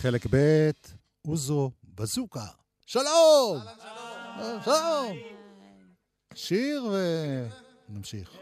חלק ב' אוזו בזוקה. שלום! שלום! שיר ונמשיך.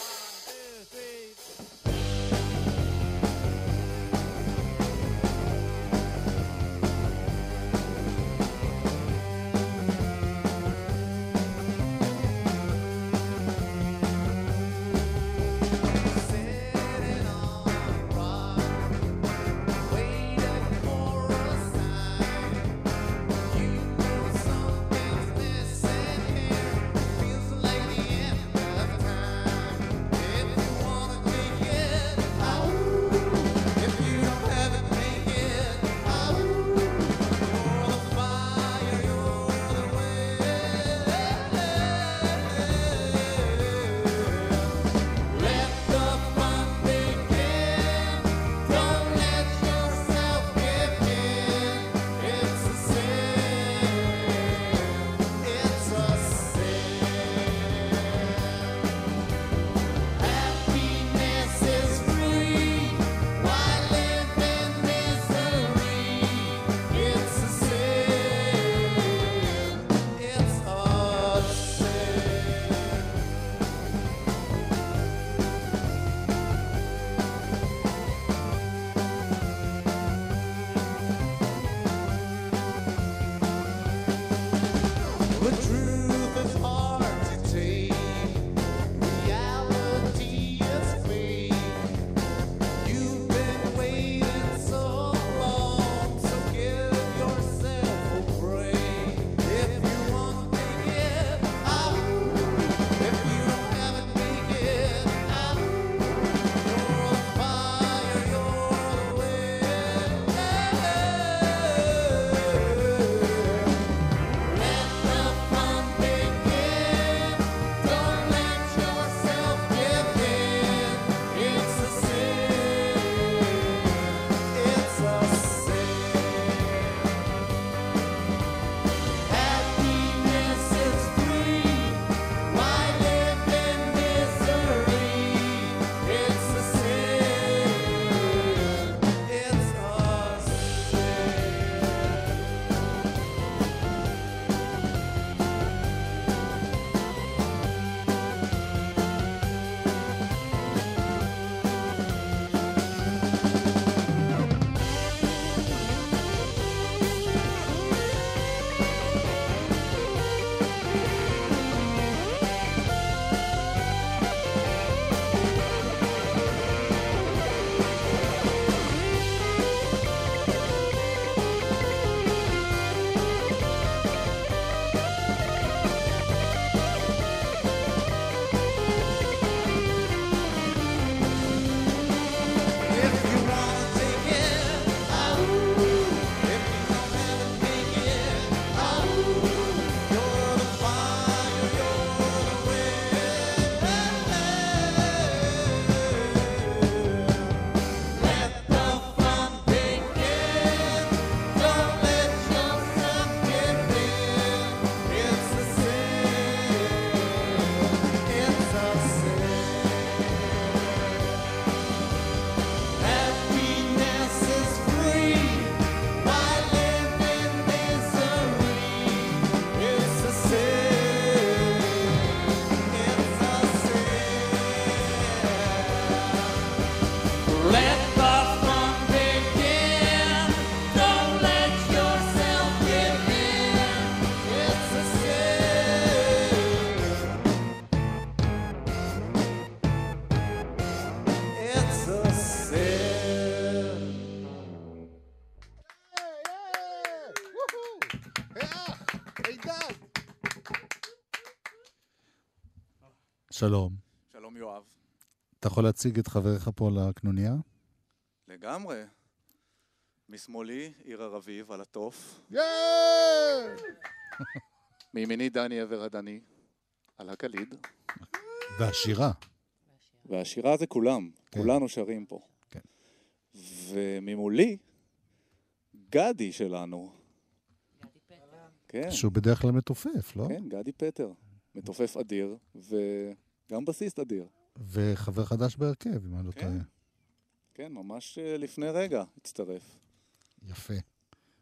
שלום. שלום יואב. אתה יכול להציג את חבריך פה לקנוניה? לגמרי. משמאלי, עיר הרביב, על התוף. מימיני דני עבר הדני, על הקליד. והשירה. והשירה זה כולם. כן. כולנו שרים פה. כן. וממולי, גדי שלנו. גדי פטר. כן. שהוא בדרך כלל מתופף, לא? כן, גדי פטר. מתופף אדיר, וגם בסיסט אדיר. וחבר חדש בהרכב, אם אני לא טועה. כן, ממש לפני רגע הצטרף. יפה.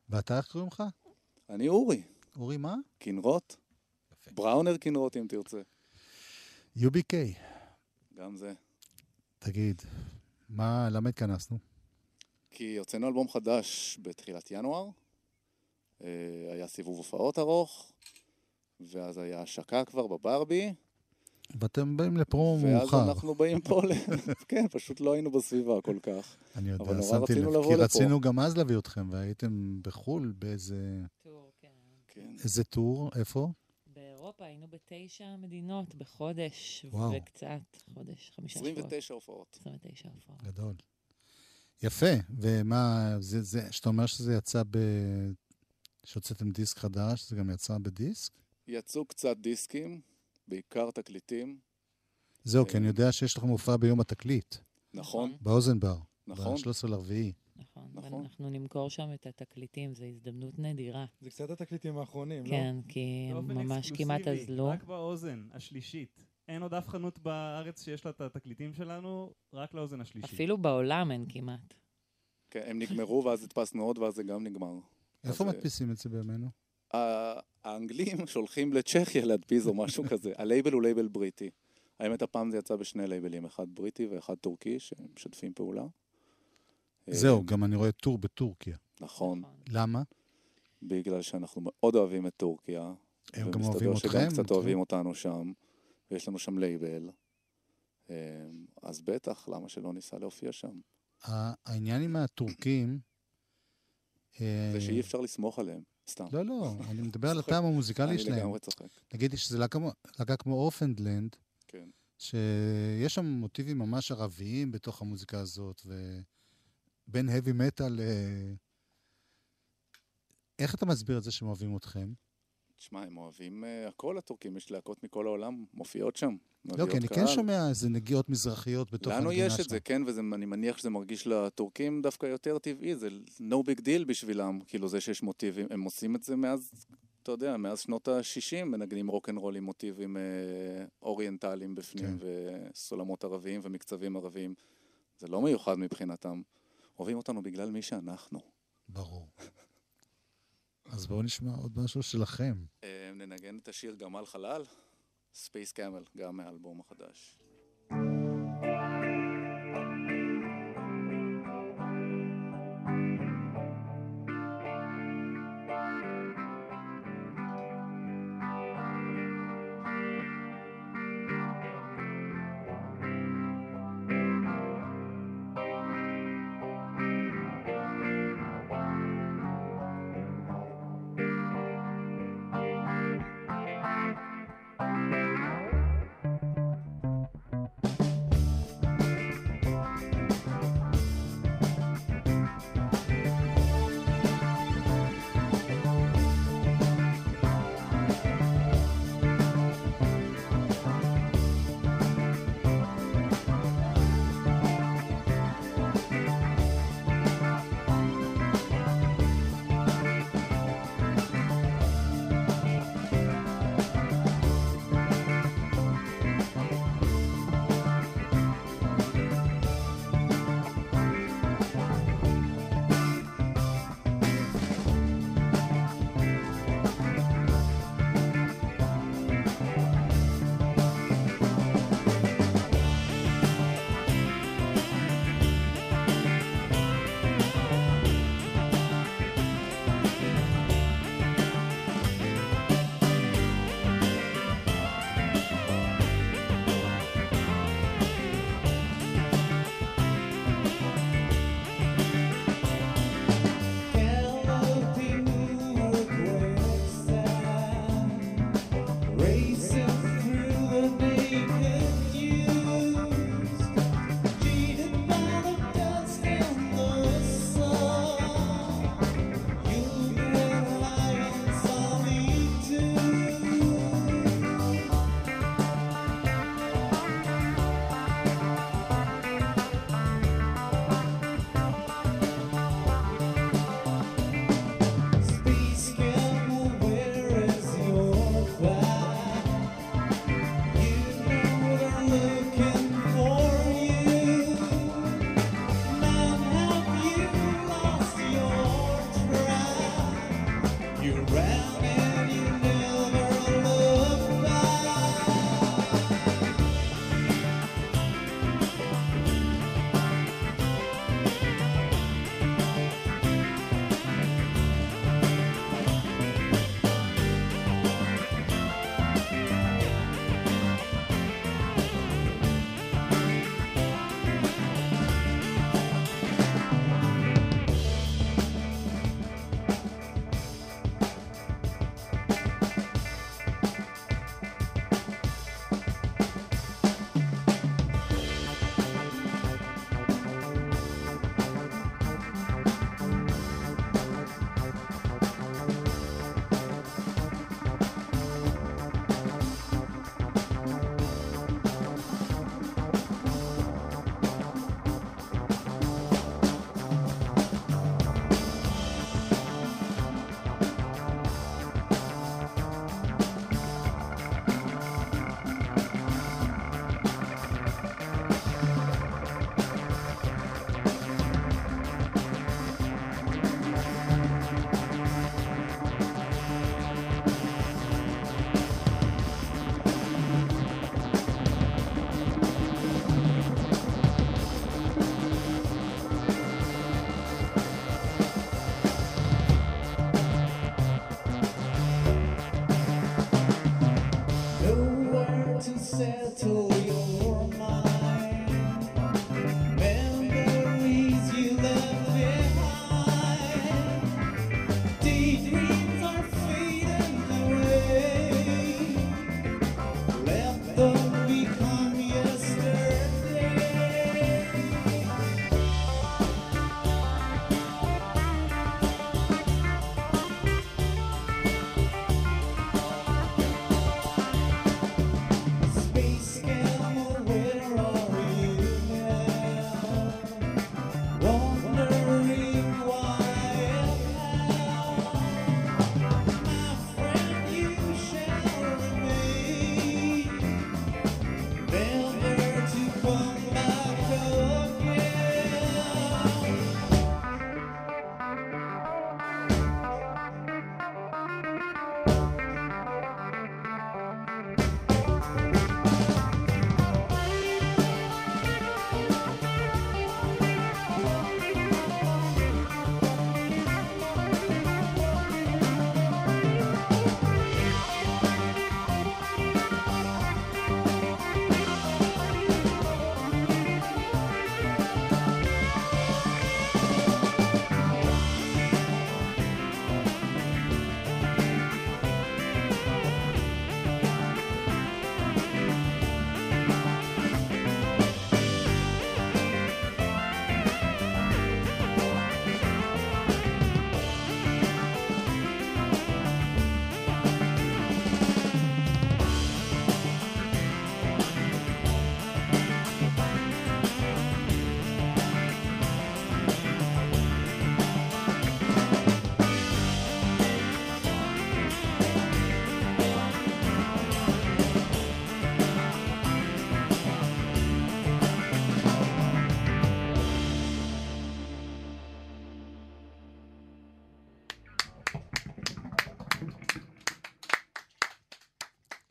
ואתה איך קוראים לך? אני אורי, אורי מה? כנרות, יפה. בראונר כנרות אם תרצה. UBK. גם זה. תגיד, למה התכנסנו? כי הוצאנו אלבום חדש בתחילת ינואר, היה סיבוב הופעות ארוך, ואז היה השקה כבר בברבי, ואתם באים לפרומו מאוחר. ואז אנחנו באים פה כן, פשוט לא היינו בסביבה כל כך. אני יודע, אבל נורא שמתי רצינו לב, לבוא כי לפה. רצינו גם אז להביא אתכם, והייתם בחול באיזה... טור, כן. כן. איזה טור? איפה? באירופה היינו ב9 מדינות בחודש, וואו. וקצת, חודש, 5 שבועות. 29 הופעות. 29 הופעות. גדול. יפה, ומה, שאתה אומר שזה יצא שהוצאתם דיסק חדש, זה גם יצא בדיסק? יצאו קצת דיסקים, בעיקר תקליטים. זהו, כי אני יודע שיש לכם מופע ביום התקליט, נכון, באוזנבר, נכון. ב-13 לרביעי. נכון. נכון. ואנחנו נמכור שם את התקליטים, זו הזדמנות נדירה. זה קצת התקליטים האחרונים, לא? כן, כי הם באופן ממש כמעט אקסקלוסיבי, אזלו. רק באוזן השלישית. אין עוד אף חנות בארץ שיש לה את התקליטים שלנו, רק לאוזן השלישית. אפילו בעולם אין כמעט. כן, הם נגמרו ואז הדפסנו עוד ואז זה גם נגמר. איפה אז, מדפיסים את זה בימינו? האנגלים שולחים לצ'כיה להדפיס או משהו כזה. הלייבל הוא לייבל בריטי. האמת הפעם זה יצא בשני לייבלים, אחד בריטי ואחד טורקי, שהם משתפים פעולה. זהו, גם אני רואה טור בטורקיה. נכון, למה? בגלל שאנחנו מאוד אוהבים את טורקיה. הם גם אוהבים ומסתבר אתכם? שגם קצת אוהבים אותנו שם, ויש לנו שם לייבל. אז בטח, למה שלא ניסה להופיע שם? העניין עם הטורקים... זה שאי אפשר לסמוך עליהם, סתם. לא, אני מדבר על הטעם המוזיקלי אני שלהם. לגמרי צוחק. נגיד שזה להקה כמו אורפנדלנד, כן. שיש שם מוטיבים ממש ערביים בתוך המוזיקה הזאת, ובין heavy metal ל... איך אתה מסביר את זה שהם אוהבים אתכם? תשמע, הם אוהבים הכל הטורקים, יש להקות מכל העולם מופיעות שם. לא, כי אני כן שומע איזה נגיעות מזרחיות בתוך לנו המדינה יש שלהם. את זה, כן, ואני מניח שזה מרגיש לטורקים דווקא יותר טבעי, זה no big deal בשבילם, כאילו זה שיש מוטיבים, הם עושים את זה מאז, אתה יודע, מאז שנות ה-60, מנגנים רוק'נ'רול עם מוטיבים אוריינטליים בפנים, כן. וסולמות ערביים ומקצבים ערביים, זה לא מיוחד מבחינתם, אוהבים אותנו בגלל מי שאנחנו. ברור. אז בואו נשמע עוד משהו שלכם. ננגן את השיר גמל חלל, Space Camel, גם מהאלבום החדש.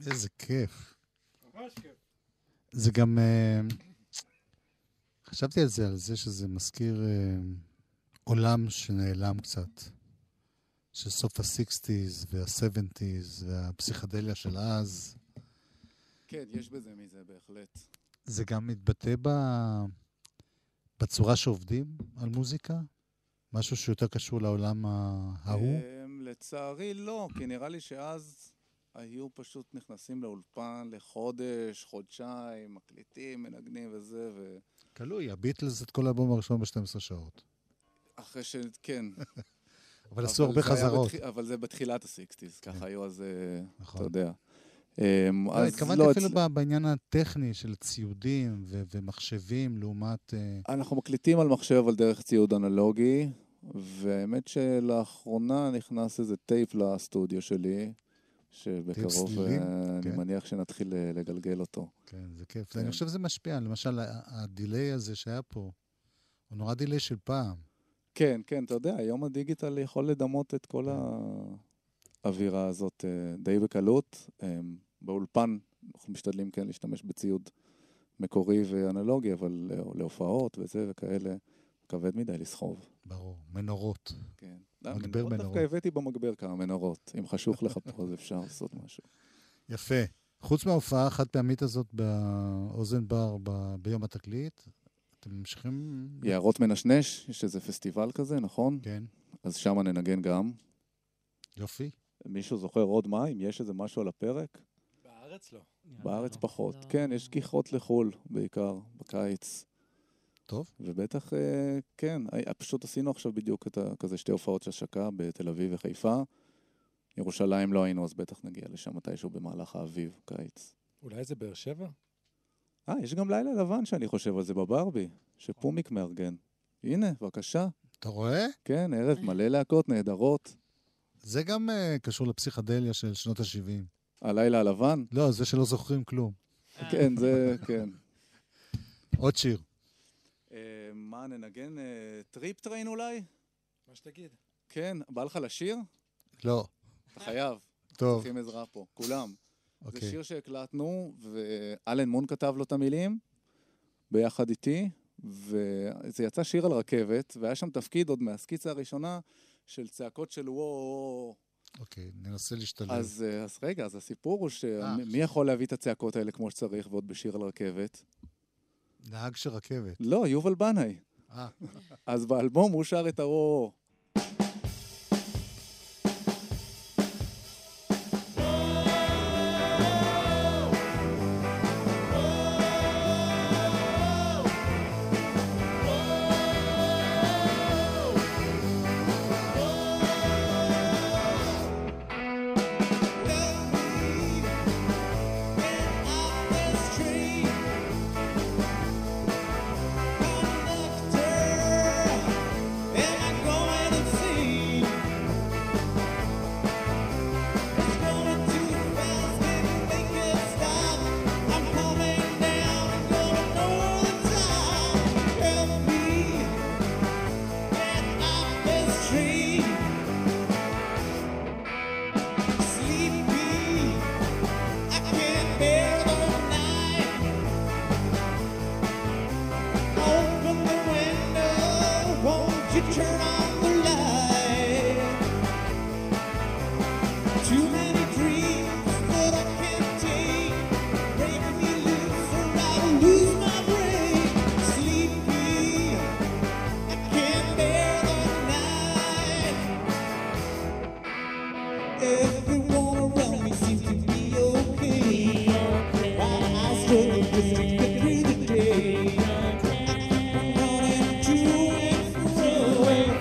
איזה כיף. ממש כיף. זה גם... חשבתי על זה שזה מזכיר עולם שנעלם קצת. של סוף ה-60s וה-70s והפסיכדליה של אז. כן, יש בזה מזה בהחלט. זה גם מתבטא בצורה שעובדים על מוזיקה? משהו שיותר קשור לעולם ההוא? לצערי לא, כי נראה לי שאז היו פשוט נכנסים לאולפן לחודש, חודשיים, מקליטים, מנגנים וזה, תלוי, הביטלס את כל האלבום הראשון ב-12 שעות. אחרי כן. אבל עשו הרבה חזרות. אבל זה בתחילת ה-60s, ככה היו אז, אתה יודע. התכוונתי אפילו בעניין הטכני של ציודים ומחשבים לעומת... אנחנו מקליטים על מחשב אבל דרך ציוד אנלוגי, והאמת שלאחרונה נכנס איזה טייפ לסטודיו שלי, שבקרוב אני מניח שנתחיל לגלגל אותו. כן, זה כיף. אני חושב שזה משפיע. למשל, הדיליי הזה שהיה פה, הוא נורא דיליי של פעם. כן, כן, אתה יודע, היום הדיגיטל יכול לדמות את כל האווירה הזאת די בקלות. באולפן אנחנו משתדלים כן להשתמש בציוד מקורי ואנלוגי, אבל להופעות וזה וכאלה, כבד מדי לסחוב. ברור, מנורות. כן. מגבר מנורות. דווקא הבאתי במגבר כמה מנורות. אם חשוך לך פה, אז אפשר לעשות משהו. יפה. חוץ מההופעה החד פעמית הזאת באוזן בר ביום התקליט, אתם ממשיכים... יערות מנשנש, יש איזה פסטיבל כזה, נכון? כן. אז שם ננגן גם. יופי. מישהו זוכר עוד מה? אם יש איזה משהו על הפרק? בארץ לא. בארץ פחות. כן, יש גיחות לחול בעיקר, בקיץ. טוב. ובטח, כן, פשוט עשינו עכשיו בדיוק כזה שתי הופעות של השקה בתל אביב וחיפה. ירושלים לא היינו, אז בטח נגיע לשם מתישהו במהלך האביב, קיץ. אולי זה באר שבע? יש גם לילה לבן שאני חושב על זה בברבי, שפומיק מארגן. הנה, בבקשה. אתה רואה? כן, ערב מלא להקות נהדרות. זה גם קשור לפסיכדליה של שנות ה-70. הלילה הלבן? לא, זה שלא זוכרים כלום. כן, זה, כן. עוד שיר. מה, ננגן טריפ טריין אולי? מה שתגיד. כן, בא לך לשיר? לא. אתה חייב. טוב. צריכים עזרה פה, כולם. אוקיי. זה שיר שהקלטנו, ואלן מון כתב לו את המילים, ביחד איתי, וזה יצא שיר על רכבת, והיה שם תפקיד עוד מהסקיצה הראשונה, של צעקות של וואו. אוקיי, ננסה להשתלב. אז רגע, אז הסיפור הוא שמי יכול להביא את הצעקות האלה כמו שצריך, ועוד בשיר על רכבת? נהג של רכבת. לא, יובל בנאי. אז באלבום הוא שר את הוואו. Away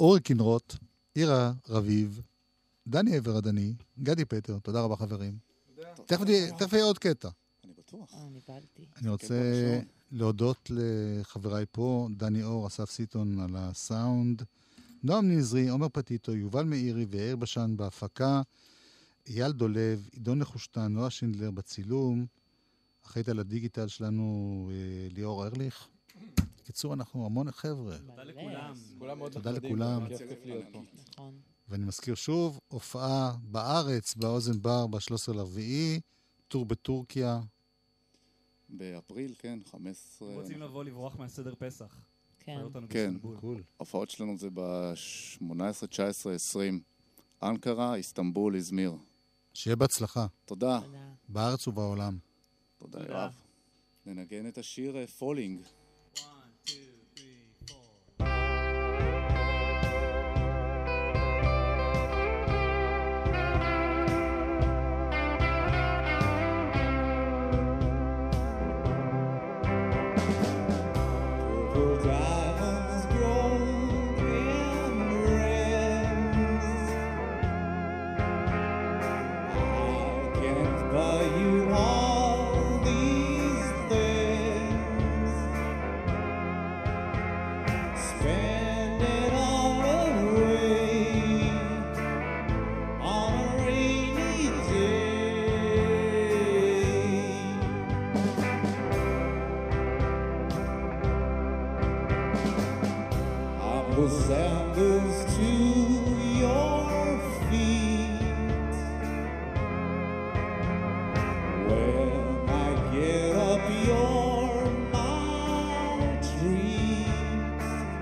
אורי קינרוט, עירה רביב, דני עבר-הדני, גדי פטר, תודה רבה חברים. תכף יהיה עוד קטע. אני בטוח. נבהלתי. אני רוצה להודות לחבריי פה, דני אור, אסף סיטון על הסאונד, נועם נזרי, עומר פטיטו, יובל מאירי ואיר בשן בהפקה, אייל דולב, עידון נחושתן, נועה שינדלר בצילום, אחראית על הדיגיטל שלנו ליאור ארליך. קיצור, אנחנו המון חבר'ה. תודה לכולם. כולם מאוד תודה נחמדים, לכולם. כיף להיות פה. נכון. ואני מזכיר שוב, הופעה בארץ, באוזן בר, ב-13/4, טור בטורקיה. באפריל, כן, 15... רוצים לבוא לברוח מהסדר פסח. כן. כן. קול. ההופעות שלנו זה ב-18, 19, 20. אנקרה, איסטנבול, איזמיר. שיהיה בהצלחה, תודה. תודה. בארץ ובעולם. תודה, תודה. יואב. ננגן את השיר פולינג. 1, 2, 3, 4. Diamonds grow in rings. I can't buy you all these things. Spend it all away on a rainy day. I put sandals to your feet. When I get up, you're my treat.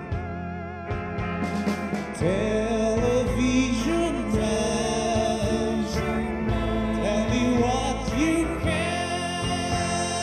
Television man, tell me what you can.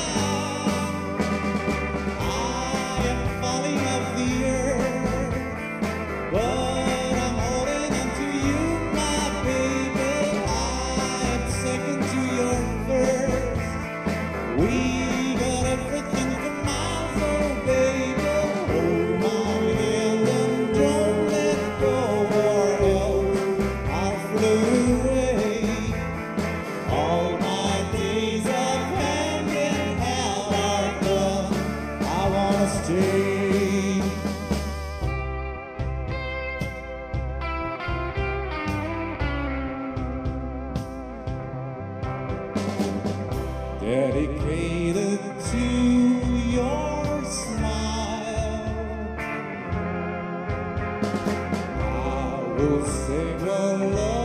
I am falling off the earth, but I'm holding on to you, my baby. I'm second to your first. We got everything for miles, oh baby. Hold my hand and don't let go, or else I'll float away. All my days of hanging out are done. I wanna stay. Dedicated to your smile, I will sing a love